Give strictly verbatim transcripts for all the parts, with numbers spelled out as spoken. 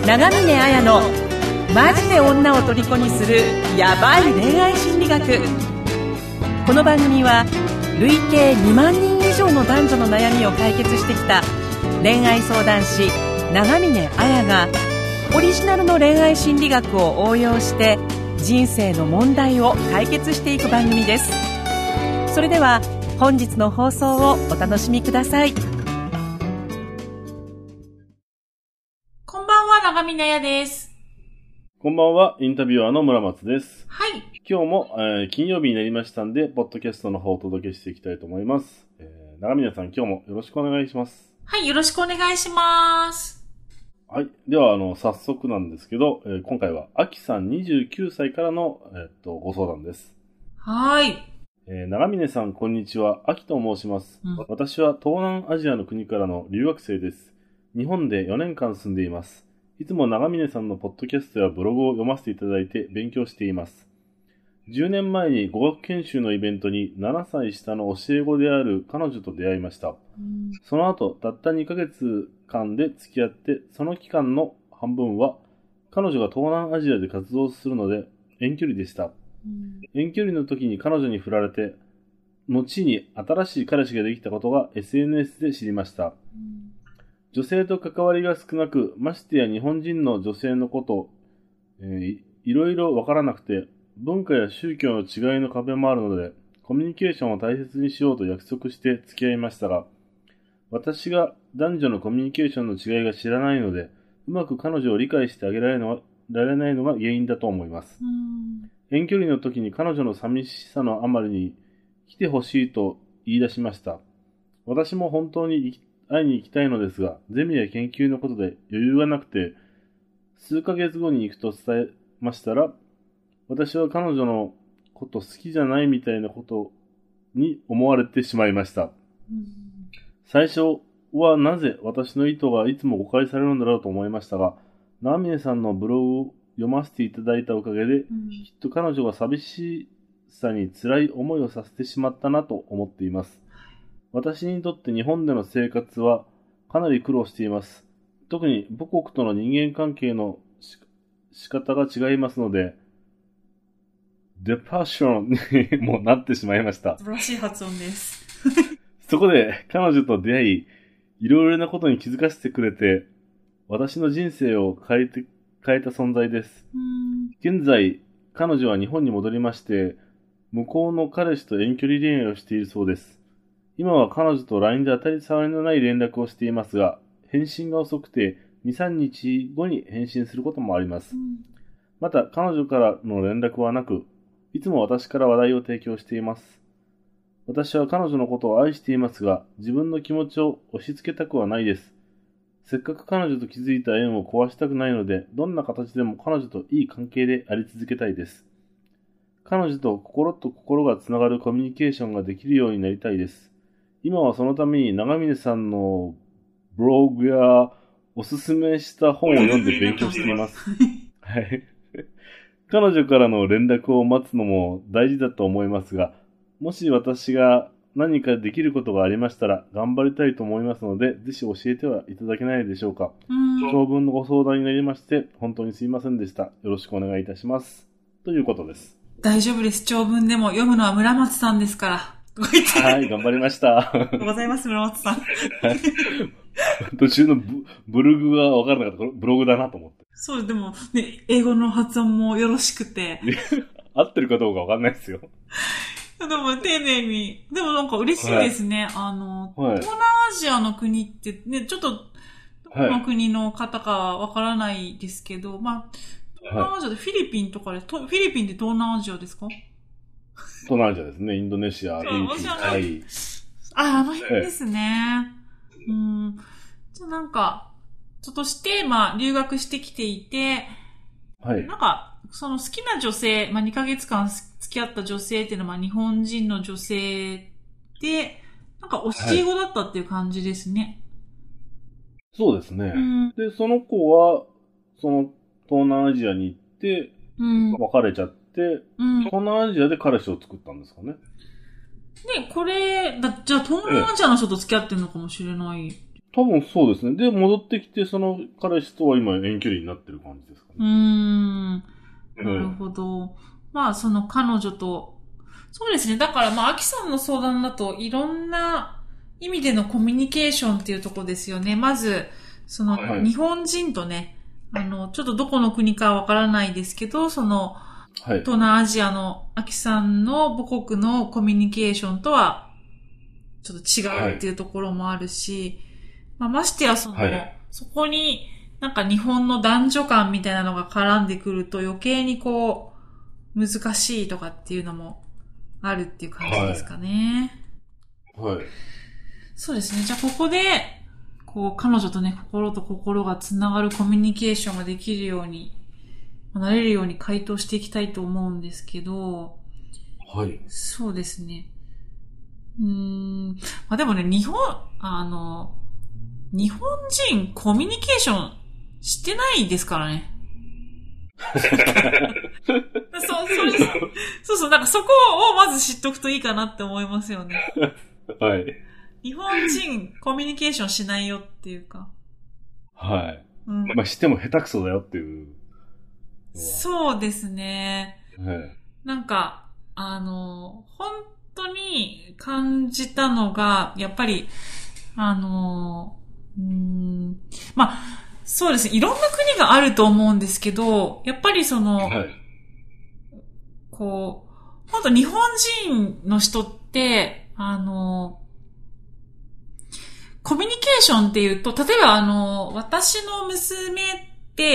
長峰彩のマジで女を虜にするヤバい恋愛心理学。この番組は累計にまんにん以上の男女の悩みを解決してきた恋愛相談師長峰彩がオリジナルの恋愛心理学を応用して人生の問題を解決していく番組です。それでは本日の放送をお楽しみください。 こんばんは、長峰彩です。 こんばんは、インタビュアーの村松です。 はい。 今日も、えー、金曜日になりましたんで、ポッドキャストの方をお届けしていきたいと思います。えー、長峰さん、今日もよろしくお願いします。 はい、よろしくお願いします。 はい。では、あの、早速なんですけど、えー、今回は、あきさんにじゅうきゅうさいからの、えー、っと、ご相談です。 はい。 えー、長峰さん、こんにちは。あきと申します、うん。私は東南アジアの国からの留学生です。日本でよねんかん住んでいます。いつも長峰さんのポッドキャストやブログを読ませていただいて勉強しています。じゅうねんまえに語学研修のイベントにななさい下の教え子である彼女と出会いました。うん、その後、たったにかげつかんで付き合って、その期間の半分は彼女が東南アジアで活動するので遠距離でした。うん、遠距離の時に彼女に振られて、後に新しい彼氏ができたことが エスエヌエス で知りました。うん女性と関わりが少なく、ましてや日本人の女性のこと、えー、いろいろわからなくて、文化や宗教の違いの壁もあるので、コミュニケーションを大切にしようと約束して付き合いましたが、私が男女のコミュニケーションの違いが知らないので、うまく彼女を理解してあげられるのはられないのが原因だと思います。遠距離の時に彼女の寂しさのあまりに来てほしいと言い出しました。私も本当に生き会いに行きたいのですが、ゼミや研究のことで余裕がなくて、数ヶ月後に行くと伝えましたら、私は彼女のこと好きじゃないみたいなことに思われてしまいました。うん、最初はなぜ私の意図がいつも誤解されるんだろうと思いましたが、長峰さんのブログを読ませていただいたおかげで、うん、きっと彼女が寂しさに辛い思いをさせてしまったなと思っています。私にとって日本での生活はかなり苦労しています。特に母国との人間関係の仕方が違いますので、デパッションにもなってしまいました。 素晴らしい発音です。 そこで彼女と出会い、いろいろなことに気づかせてくれて、私の人生を変えて、変えた存在です。現在、彼女は日本に戻りまして、向こうの彼氏と遠距離恋愛をしているそうです。今は彼女と ライン で当たり障りのない連絡をしていますが、返信が遅くてに、さんにちごに返信することもあります。うん、また彼女からの連絡はなく、いつも私から話題を提供しています。私は彼女のことを愛していますが、自分の気持ちを押し付けたくはないです。せっかく彼女と築いた縁を壊したくないので、どんな形でも彼女といい関係であり続けたいです。彼女と心と心がつながるコミュニケーションができるようになりたいです。今はそのために長峰さんのブログやおすすめした本を読んで勉強しています。はい。彼女からの連絡を待つのも大事だと思いますが、もし私が何かできることがありましたら頑張りたいと思いますので、ぜひ教えてはいただけないでしょうか。長文のご相談になりまして、本当にすいませんでした。よろしくお願いいたします。ということです。 大丈夫です。長文でも読むのは村松さんですから。 はい、頑張りました。 ありがとうございます、村松さん。 途中の ブ, ブログが分からなかった。これブログだなと思って。 そう、でも、ね、英語の発音もよろしくて。 合ってるかどうか分かんないですよ。 でも、丁寧に。でもなんか嬉しいですね。はい、あの、はい、東南アジアの国ってね、ちょっと、どこの国の方か分からないですけど、はい、まあ、東南アジアでフィリピンとかで、はい、フィリピンって東南アジアですか？ 東南アジアですね。インドネシア、フィリピン、タイ。 あ、あの辺ですね。ええ、うん。じゃあなんか、ちょっとして、まあ、留学してきていて、はい。なんか、その好きな女性、まあにかげつかん付き合った女性っていうのは、まあ日本人の女性で、なんか教え子だったっていう感じですね。 はい、そうですね、うん。で、その子は、その東南アジアに行って、うん、別れちゃって、で、うん、東南アジアで彼氏を作ったんですかね。 で、これ、だじゃあ東南アジアの人と付き合ってるのかもしれない多分そうですね。で、戻ってきて、その彼氏とは今遠距離になってる感じですかね。 うーん。なるほど。うん、まあ、その彼女と、そうですね。だから、まあ、アキさんの相談だと、いろんな意味でのコミュニケーションっていうところですよね。まず、その、はい、日本人とね、あの、ちょっとどこの国かわからないですけど、その、はい、東南アジアのアキさんの母国のコミュニケーションとは、ちょっと違うっていうところもあるし、はい、まあ、ましてやその、はい、そこになんか日本の男女間みたいなのが絡んでくると余計にこう、難しいとかっていうのもあるっていう感じですかね。 はい。はい、 そうですね。じゃあここで、こう、彼女とね、心と心がつながるコミュニケーションができるように、なれるように回答していきたいと思うんですけど、 はい。 そうですね。うーん。まあでもね、日本、あの、日本人コミュニケーションしてないですからね。そう、そうそうそう、なんかそこをまず知っとくといいかなって思いますよね。 はい。 日本人コミュニケーションしないよっていうか。 はい。うん、まあしても下手くそだよっていう。 そうですね。 はい。 なんか、あの、本当に感じたのが、やっぱり、あの、うーん、まあ、そうですね。いろんな国があると思うんですけど、やっぱりその、はい、こう、本当日本人の人って、あの、コミュニケーションっていうと、例えばあの、私の娘って、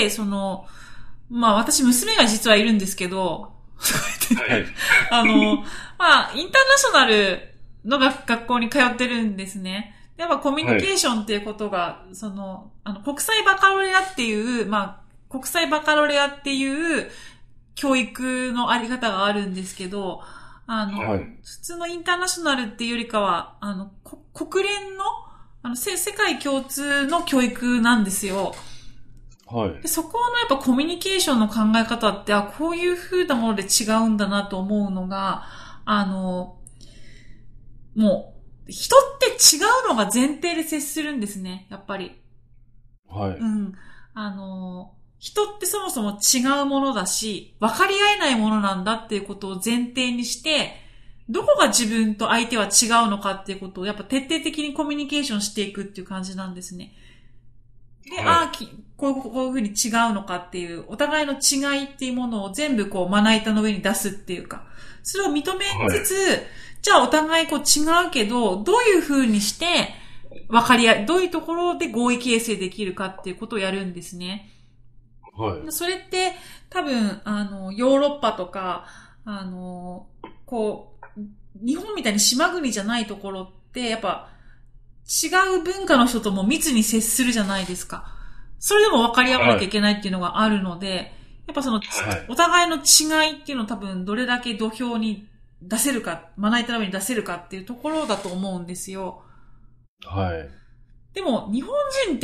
その、まあ私娘が実はいるんですけど、はい、あの、まあインターナショナルの学校に通ってるんですね。やっぱコミュニケーションっていうことが、はい、その、あの、国際バカロレアっていう、まあ、国際バカロレアっていう教育のあり方があるんですけど、あの、はい、普通のインターナショナルっていうよりかは、あの、国連の、あの、世界共通の教育なんですよ。 はい。 でそこのやっぱコミュニケーションの考え方って、あ、こういう風なもので違うんだなと思うのが、あの、もう、人って違うのが前提で接するんですね、やっぱり。 はい。 うん。あの、人ってそもそも違うものだし、分かり合えないものなんだっていうことを前提にして、どこが自分と相手は違うのかっていうことをやっぱ徹底的にコミュニケーションしていくっていう感じなんですね。で、はい、ああ、こういう、こういうふうに違うのかっていう、お互いの違いっていうものを全部こうまな板の上に出すっていうか、それを認めつつ、はい、じゃあお互いこう違うけど、どういうふうにして分かり合い、どういうところで合意形成できるかっていうことをやるんですね。 はい。 それって多分、あの、ヨーロッパとか、あの、こう、日本みたいに島国じゃないところって、やっぱ違う文化の人とも密に接するじゃないですか。それでも分かり合わなきゃいけないっていうのがあるので、はい、やっぱその、はい、お互いの違いっていうのを多分どれだけ土俵に出せるか、まな板の上に出せるかっていうところだと思うんですよ。 はい。 でも、日本人って、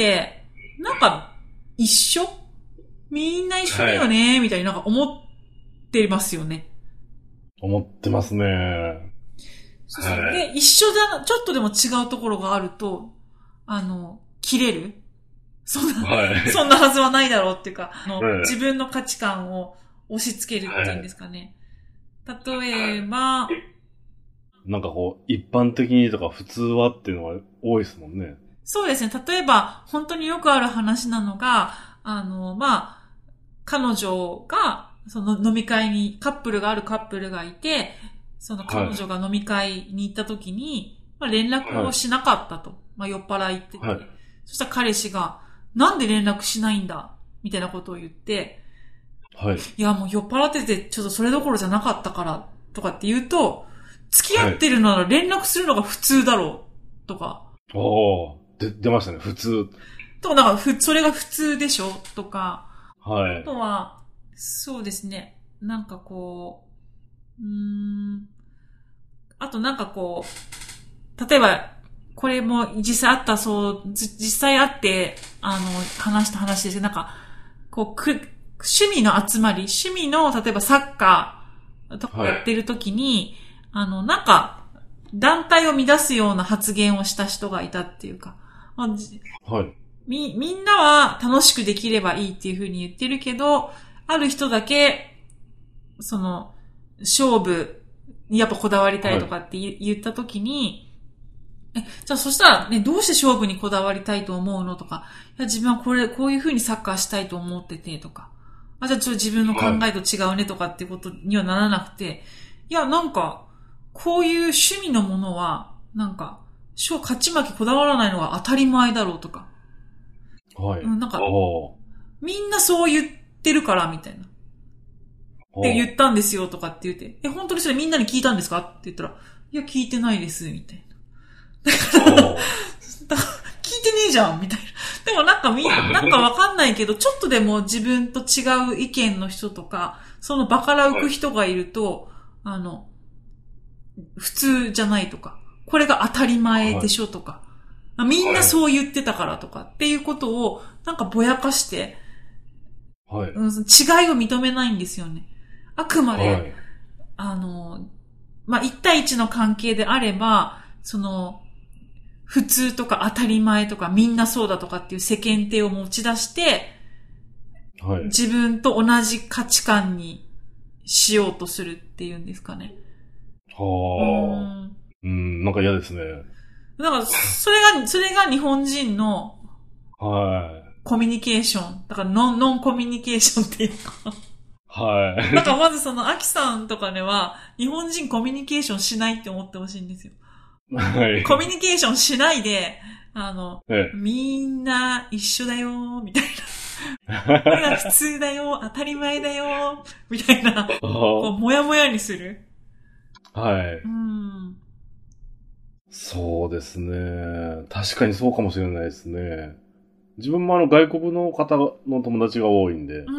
なんか、一緒みんな一緒だよね、はい、みたいになんか思ってますよね。 思ってますね。 そうそう、はい、で、一緒だ、ちょっとでも違うところがあると、あの、切れるそんな、はい、そんなはずはないだろうっていうか、あの、はい、自分の価値観を押し付けるっていうんですかね。はい、例えば、 なんかこう、一般的にとか普通はっていうのが多いですもんね。 そうですね。例えば、本当によくある話なのが、あの、まあ、彼女が、その飲み会に、カップルがあるカップルがいて、その彼女が飲み会に行った時に、はい、まあ、連絡をしなかったと。はい、まあ、酔っ払いってて、はい。そしたら彼氏が、なんで連絡しないんだみたいなことを言って、 はい。いや、もう酔っ払ってて、ちょっとそれどころじゃなかったから、とかって言うと、付き合ってるなら連絡するのが普通だろう、とか。 おー、で、出ましたね、普通。 とか、なんか、ふ、それが普通でしょとか。 はい。 あとは、そうですね。なんかこう、うーん。あとなんかこう、例えば、これも実際あった、そう、実際あって、あの、話した話ですけど、なんか、こう、く、趣味の集まり、趣味の、例えばサッカーとかやってる時に、はい、あの、なんか、団体を乱すような発言をした人がいたっていうか、 はい。 み、みんなは楽しくできればいいっていうふうに言ってるけど、ある人だけ、その、勝負にやっぱこだわりたいとかって言ったときに、はい、え、じゃあそしたらね、どうして勝負にこだわりたいと思うのとか、いや自分はこれ、こういうふうにサッカーしたいと思っててとか、あ、じゃあちょっと自分の考えと違うねとかっていうことにはならなくて、いやなんか、こういう趣味のものは、なんか、勝ち負けこだわらないのが当たり前だろうとか。 はい。 うん、なんか、みんなそう言ってるから、みたいな。って言ったんですよとかって言って、え、本当にそれみんなに聞いたんですかって言ったら、いや、聞いてないです、みたいな。だから、だから聞いてねえじゃん、みたいな。でもなんかみんな、なんかわかんないけど、ちょっとでも自分と違う意見の人とか、その場から浮く人がいると、はい、あの、普通じゃないとか、これが当たり前でしょとか、はい、みんなそう言ってたからとかっていうことを、なんかぼやかして、はい、うん、違いを認めないんですよね。あくまで、はい、あの、まあ、一対一の関係であれば、その、普通とか当たり前とかみんなそうだとかっていう世間体を持ち出して、はい、自分と同じ価値観にしようとするっていうんですかね。 はあ。うん、なんか嫌ですね。 だから、それが、それが日本人の、はい。コミュニケーション。だから、ノン、ノンコミュニケーションっていうか。はい。だから、まずその、アキさんとかでは、日本人コミュニケーションしないって思ってほしいんですよ。はい。コミュニケーションしないで、あの、はい、みんな一緒だよ、みたいな。これが普通だよ、当たり前だよ、みたいな。こうもやもやにする。 はい。うん。そうですね。確かにそうかもしれないですね。自分もあの外国の方の友達が多いんで、うん、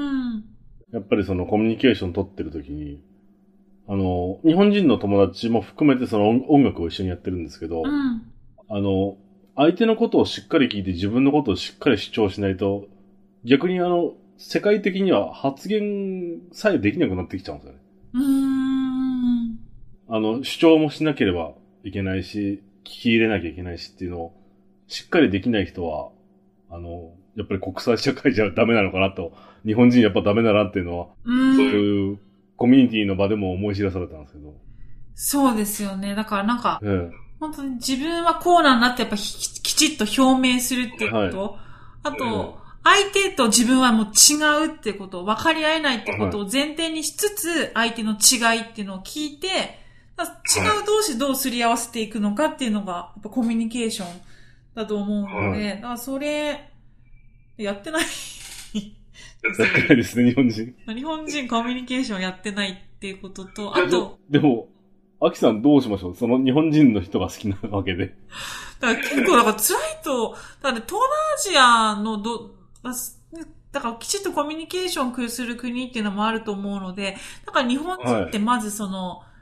やっぱりそのコミュニケーション取ってる時に、あの、日本人の友達も含めてその音楽を一緒にやってるんですけど、うん、あの、相手のことをしっかり聞いて自分のことをしっかり主張しないと、逆にあの、世界的には発言さえできなくなってきちゃうんですよね。うーん、あの、主張もしなければいけないし、聞き入れなきゃいけないしっていうのを、しっかりできない人は、あの、やっぱり国際社会じゃダメなのかなと、日本人やっぱダメだなっていうのは、うんそういうコミュニティの場でも思い知らされたんですけど。そうですよね。だからなんか、ええ、本当に自分はこうなんだってやっぱきちっと表明するっていうこと、はい、あと、ええ、相手と自分はもう違うってことを分かり合えないってことを前提にしつつ、相手の違いっていうのを聞いて、違う同士どうすり合わせていくのかっていうのが、やっぱコミュニケーションだと思うので、だからそれ、やってない。やってないですね、日本人。日本人コミュニケーションやってないっていうことと、あと。でも、アキさんどうしましょう？その日本人の人が好きなわけで。だから結構、だから辛いと、だから、ね、東南アジアのど、だからきちっとコミュニケーションする国っていうのもあると思うので、だから日本人ってまずその、はい、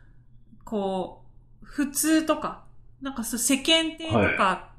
こう、普通とか、なんかそう世間体とか、はい、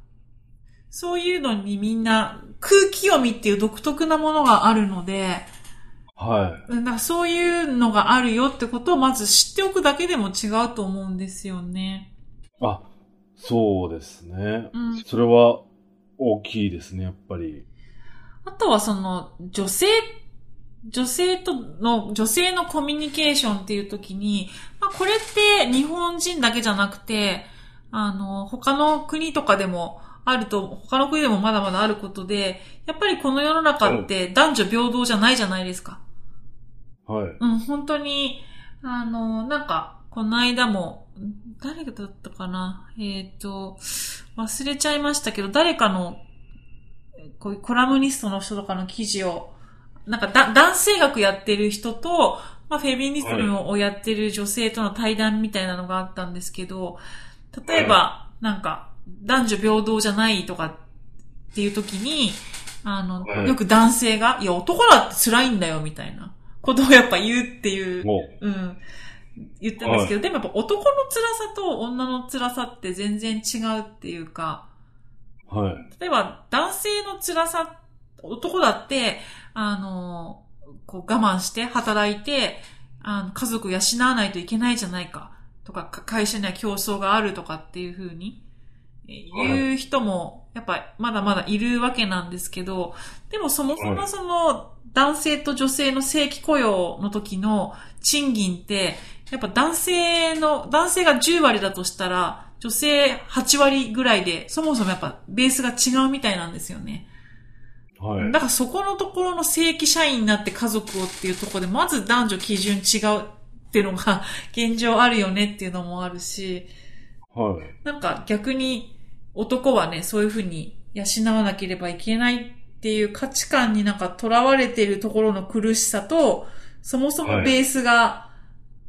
そういうのにみんな空気読みっていう独特なものがあるので、はい。なんかそういうのがあるよってことをまず知っておくだけでも違うと思うんですよね。あ、そうですね。うん、それは大きいですね、やっぱり。あとはその女性、女性との、女性のコミュニケーションっていう時に、まあこれって日本人だけじゃなくて、あの、他の国とかでもあると、他の国でもまだまだあることで、やっぱりこの世の中って男女平等じゃないじゃないですか。はい。うん、本当に、あの、なんか、この間も、誰だったかなえっと、忘れちゃいましたけど、誰かの、こういうコラムニストの人とかの記事を、なんかだ男性学やってる人と、まあ、フェミニズムをやってる女性との対談みたいなのがあったんですけど、例えば、なんか、男女平等じゃないとかっていう時に、あの、よく男性が、いや、男だって辛いんだよ、みたいなことをやっぱ言うっていう、うん、言ったんですけど、でもやっぱ男の辛さと女の辛さって全然違うっていうか、はい。例えば、男性の辛さ、男だって、あの、こう我慢して働いて、あの、家族を養わないといけないじゃないか、とか、会社には競争があるとかっていう風にいう人も、やっぱまだまだいるわけなんですけど、でもそもそもその男性と女性の正規雇用の時の賃金って、やっぱ男性の、男性がじゅうわりだとしたら、女性はちわりぐらいで、そもそもやっぱベースが違うみたいなんですよね。はい。だからそこのところの正規社員になって家族をっていうところで、まず男女基準違うっていうのが現状あるよねっていうのもあるし、はい。なんか逆に男はね、そういうふうに養わなければいけないっていう価値観になんか囚われているところの苦しさと、そもそもベースが、はい、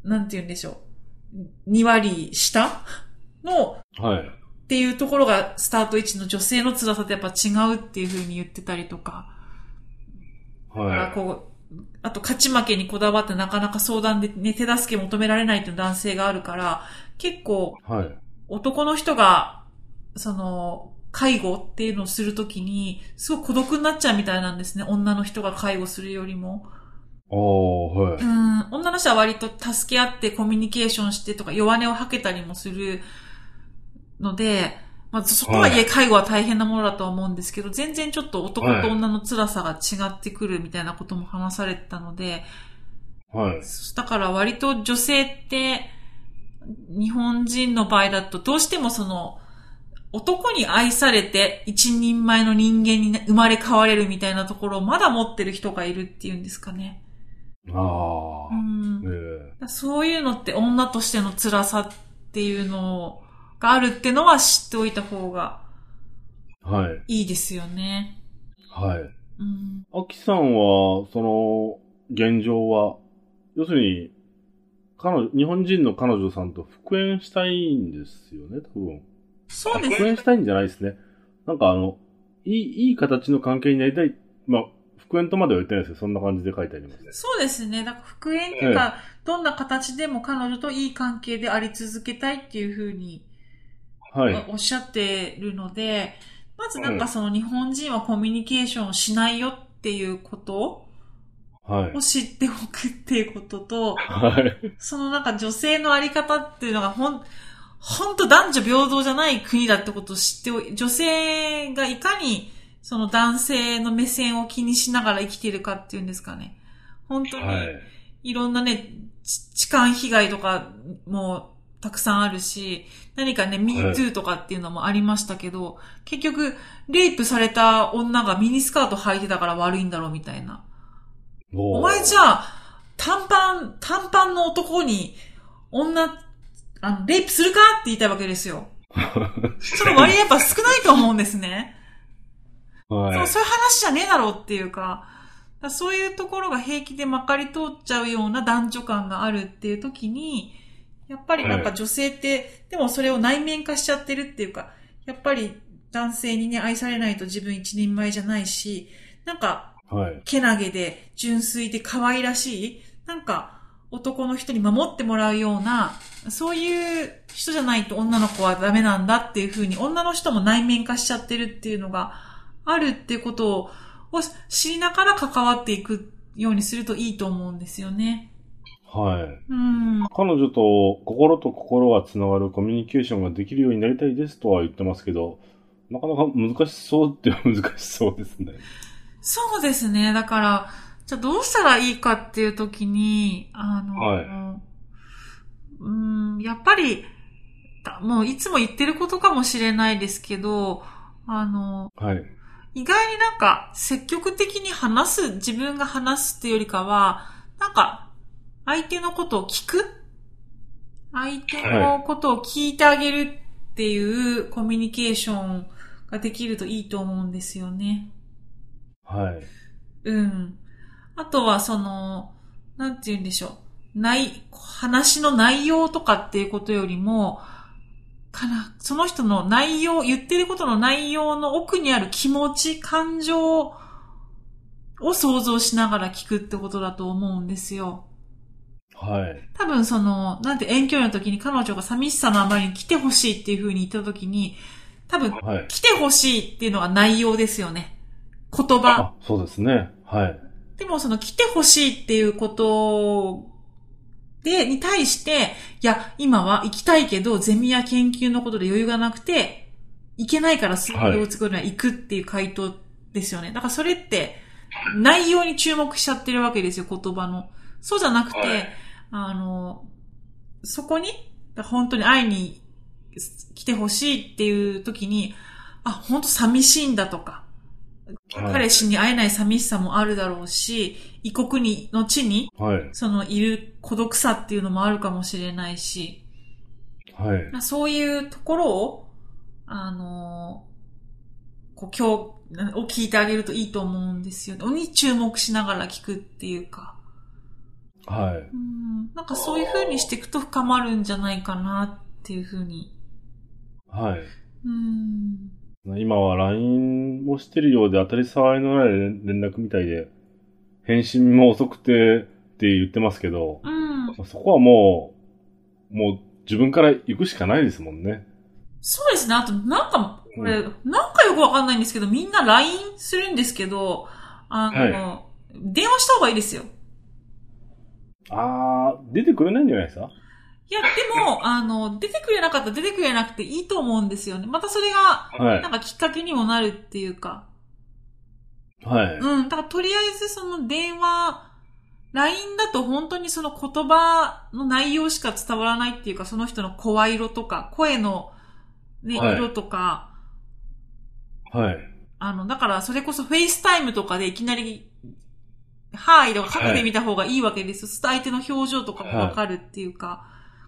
なんて言うんでしょう、にわり下の、はい。っていうところがスタート位置の女性の辛さとやっぱ違うっていう風に言ってたりとか。はい。だからこう、あと勝ち負けにこだわってなかなか相談でね、手助け求められないという男性があるから、結構、はい。男の人が、その、介護っていうのをするときに、すごく孤独になっちゃうみたいなんですね。女の人が介護するよりも。ああ、はい。うん、女の人は割と助け合ってコミュニケーションしてとか弱音を吐けたりもするので、まあ、そこはいえ介護は大変なものだとは思うんですけど、全然ちょっと男と女の辛さが違ってくるみたいなことも話されてたので、はい。だから割と女性って、日本人の場合だとどうしてもその、男に愛されて一人前の人間に生まれ変われるみたいなところをまだ持ってる人がいるっていうんですかね。ああ、うんえー。そういうのって女としての辛さっていうのがあるってのは知っておいた方がいいですよね。 はい。はい。うん。アキさんは、その、現状は、要するに、彼女、日本人の彼女さんと復縁したいんですよね、多分。そうですね。復縁したいんじゃないですね。なんかあの、いい、いい形の関係になりたい。まあ、復縁とまでは言ってないですけど、そんな感じで書いてありますね。 そうですね。だから復縁っていうか、ええ、どんな形でも彼女といい関係であり続けたいっていうふうに、はい。おっしゃってるので、まずなんかその日本人はコミュニケーションをしないよっていうことを知っておくっていうことと、はい。そのなんか女性のあり方っていうのがほん、ほんと男女平等じゃない国だってことを知っておい、女性がいかにその男性の目線を気にしながら生きているかっていうんですかね。本当にいろんなね、はい、痴漢被害とかもたくさんあるし、何かね、ミートゥー とかっていうのもありましたけど、はい、結局、レイプされた女がミニスカート履いてたから悪いんだろうみたいな。お, お前じゃあ、短パン、短パンの男に女、あの、レイプするかって言いたいわけですよ。その割合やっぱ少ないと思うんですね。はい、そう、そういう話じゃねえだろうっていうか、かそういうところが平気でまかり通っちゃうような男女感があるっていう時に、やっぱりなんか女性って、はい、でもそれを内面化しちゃってるっていうか、やっぱり男性にね、愛されないと自分一人前じゃないし、なんか、はい、けなげで純粋で可愛らしい、なんか男の人に守ってもらうような、そういう人じゃないと女の子はダメなんだっていう風に女の人も内面化しちゃってるっていうのがあるっていうことを知りながら関わっていくようにするといいと思うんですよね。 はい。うん。彼女と心と心がつながるコミュニケーションができるようになりたいですとは言ってますけど、なかなか難しそうって難しそうですね。 そうですね。だから、じゃあどうしたらいいかっていうときに、あの、はい、うーん、やっぱり、もういつも言ってることかもしれないですけど、あの、はい、意外になんか積極的に話す、自分が話すっていうよりかは、なんか相手のことを聞く？相手のことを聞いてあげるっていうコミュニケーションができるといいと思うんですよね。はい。うん。あとはその、なんて言うんでしょう。ない、話の内容とかっていうことよりも、かな、その人の内容、言ってることの内容の奥にある気持ち、感情を想像しながら聞くってことだと思うんですよ。はい。多分その、なんて遠距離の時に彼女が寂しさのあまりに来てほしいっていう風に言った時に、多分、はい、来てほしいっていうのが内容ですよね。言葉。 あ、そうですね。はい。 でもその来てほしいっていうことで、に対して、いや、今は行きたいけど、ゼミや研究のことで余裕がなくて、 いけないから数秒作るのは行くっていう回答ですよね。だからそれって、内容に注目しちゃってるわけですよ、言葉の。そうじゃなくて、はい、あの、そこに、本当に会いに来てほしいっていう時に、あ、本当寂しいんだとか、はい、彼氏に会えない寂しさもあるだろうし、異国にの地に、はい、そのいる孤独さっていうのもあるかもしれないし、はい、そういうところを、あの、こう今日を聞いてあげるといいと思うんですよ。に注目しながら聞くっていうか。はい。うん、なんかそういう風にしていくと深まるんじゃないかなっていう風に。はい。うん、 今は ライン をしてるようで当たり障りのない連絡みたいで、返信も遅くてって言ってますけど、うん、そこはもう、もう自分から行くしかないですもんね。 そうですね。あと、なんか、これ、うん、なんかよくわかんないんですけど、みんな ライン するんですけど、あの、はい、電話した方がいいですよ。 あー、出てくれないんじゃないですか？ いや、でも、あの、出てくれなかったら出てくれなくていいと思うんですよね。またそれが、はい、なんかきっかけにもなるっていうか。はい。うん。だからとりあえずその電話、ライン だと本当にその言葉の内容しか伝わらないっていうか、その人の声色とか、声の、ね、はい、色とか。はい。あの、だからそれこそフェイスタイムとかでいきなり、はーいとかかけてみた方がいいわけですよ。はい、相手の表情とかもわかるっていうか。はい、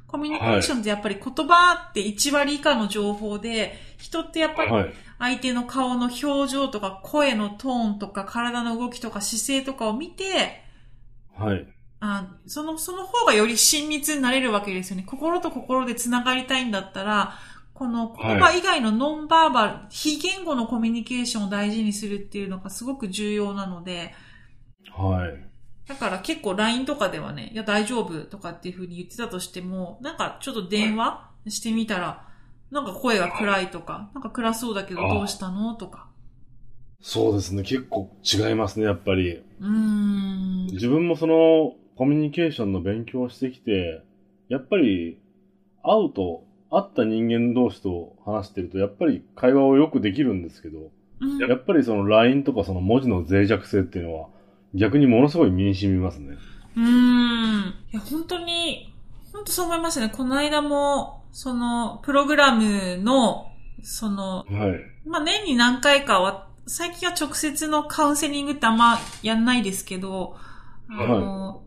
コミュニケーションってやっぱり言葉っていち割以下の情報で、人ってやっぱり相手の顔の表情とか声のトーンとか体の動きとか姿勢とかを見て、はい。あその、その方がより親密になれるわけですよね。心と心で繋がりたいんだったら、この言葉以外のノンバーバル、はい、非言語のコミュニケーションを大事にするっていうのがすごく重要なので、はい。だから結構 ライン とかではね、いや大丈夫とかっていう風に言ってたとしても、なんかちょっと電話してみたら、なんか声が暗いとか、なんか暗そうだけどどうしたのとか。 そうですね、結構違いますね、やっぱり。うーん。自分もそのコミュニケーションの勉強をしてきて、やっぱり会うと、会った人間同士と話してると、やっぱり会話をよくできるんですけど、うん、やっぱりその ライン とかその文字の脆弱性っていうのは、逆にものすごい身に染みますね。 うーん。いや、本当に、本当そう思いますね。この間も、その、プログラムの、その、はい。まあ、年に何回かは、最近は直接のカウンセリングってあんまやんないですけど、あの、はい、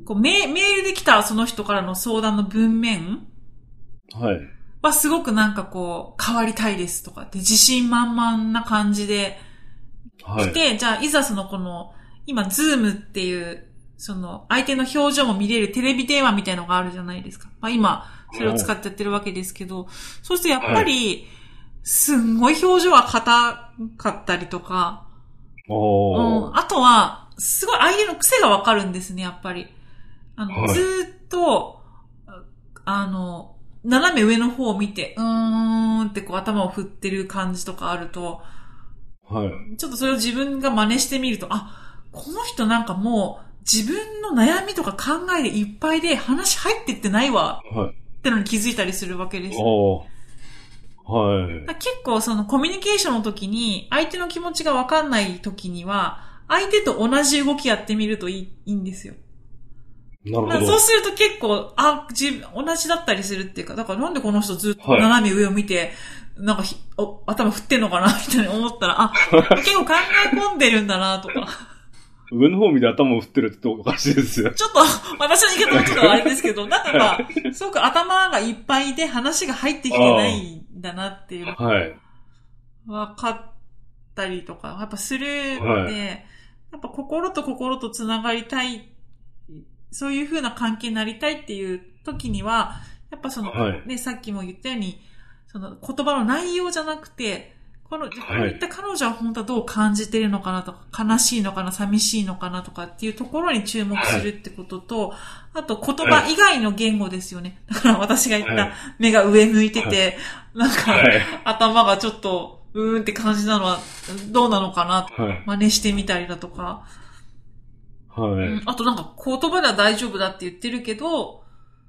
こうメ、メールで来たその人からの相談の文面はい。はすごくなんかこう、変わりたいですとかって自信満々な感じで来て、はい、じゃあいざそのこの、今、ズームっていう、その、相手の表情も見れるテレビ電話みたいなのがあるじゃないですか。まあ今、それを使ってやってるわけですけど、そうするとやっぱり、すんごい表情が硬かったりとか、おうん、あとは、すごい相手の癖がわかるんですね、やっぱり。あの、はい、ずーっと、あの、斜め上の方を見て、うーんってこう頭を振ってる感じとかあると、はい、ちょっとそれを自分が真似してみると、あ、この人なんかもう自分の悩みとか考えでいっぱいで話入ってってないわ、はい、ってのに気づいたりするわけです。おはい、結構そのコミュニケーションの時に相手の気持ちがわかんない時には相手と同じ動きやってみるといい、いいんですよ。なるほど。そうすると結構、あ、自分、同じだったりするっていうか、だからなんでこの人ずっと斜め上を見て、はい、なんかひお頭振ってんのかなみたいに思ったら、あ、結構考え込んでるんだなとか。 上の方見て頭を振ってるっておかしいですよ。 ちょっと、私の言い方もちょっとあれですけど、なんかまあ、すごく頭がいっぱいで話が入ってきてないんだなっていうのが、はい。分かったりとか、やっぱするので、はい、やっぱ心と心とつながりたい、そういう風な関係になりたいっていう時には、やっぱその、はい、ね、さっきも言ったように、その言葉の内容じゃなくて、この、こういった彼女は本当はどう感じているのかなとか、悲しいのかな、寂しいのかなとかっていうところに注目するってことと、はい、あと言葉以外の言語ですよね。だから私が言った目が上向いてて、はい、なんか、はい、頭がちょっと、うーんって感じなのはどうなのかな、はい、真似してみたりだとか、はい、うん。あとなんか言葉では大丈夫だって言ってるけど、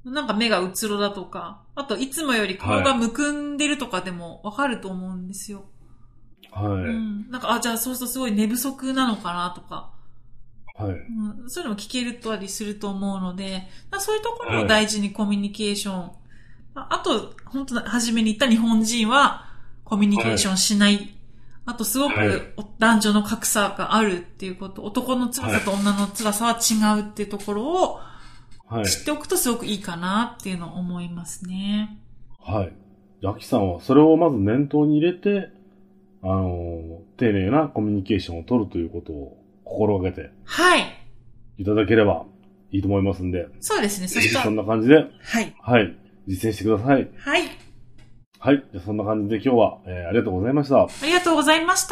なんか目がうつろだとか、あといつもより顔がむくんでるとかでもわかると思うんですよ。 はい。 うん。なんか、あ、じゃあそうするとすごい寝不足なのかなとか。 はい。 うん、そういうのも聞けるたりすると思うので、そういうところを大事にコミュニケーション。はい、あと、本当初めに言った日本人はコミュニケーションしない。はい、あと、すごく男女の格差があるっていうこと、男の辛さと女の辛さは違うっていうところを知っておくとすごくいいかなっていうのを思いますね。 はい。アキさんはそれをまず念頭に入れて、あの、丁寧なコミュニケーションを取るということを心がけて。 はい。 いただければいいと思いますんで。 そうですね。そしたら。 そんな感じで。 はい。 はい。実践してください。 はい。 はい。じゃあそんな感じで今日は、えー、ありがとうございました。 ありがとうございました。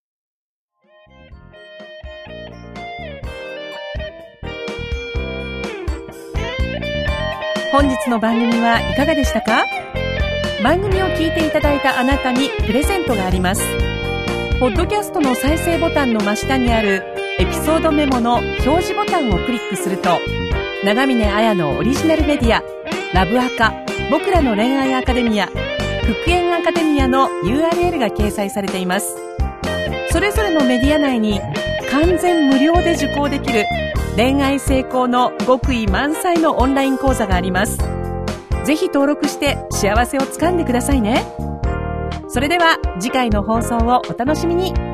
本日の番組はいかがでしたか？番組を聞いていただいたあなたにプレゼントがあります。ポッドキャストの再生ボタンの真下にあるエピソードメモの表示ボタンをクリックすると、長峰彩のオリジナルメディアラブアカ、僕らの恋愛アカデミア、復縁アカデミアの ユーアールエル が掲載されています。それぞれのメディア内に完全無料で受講できる恋愛成功の極意満載のオンライン講座があります。ぜひ登録して幸せをつかんでくださいね。それでは次回の放送をお楽しみに。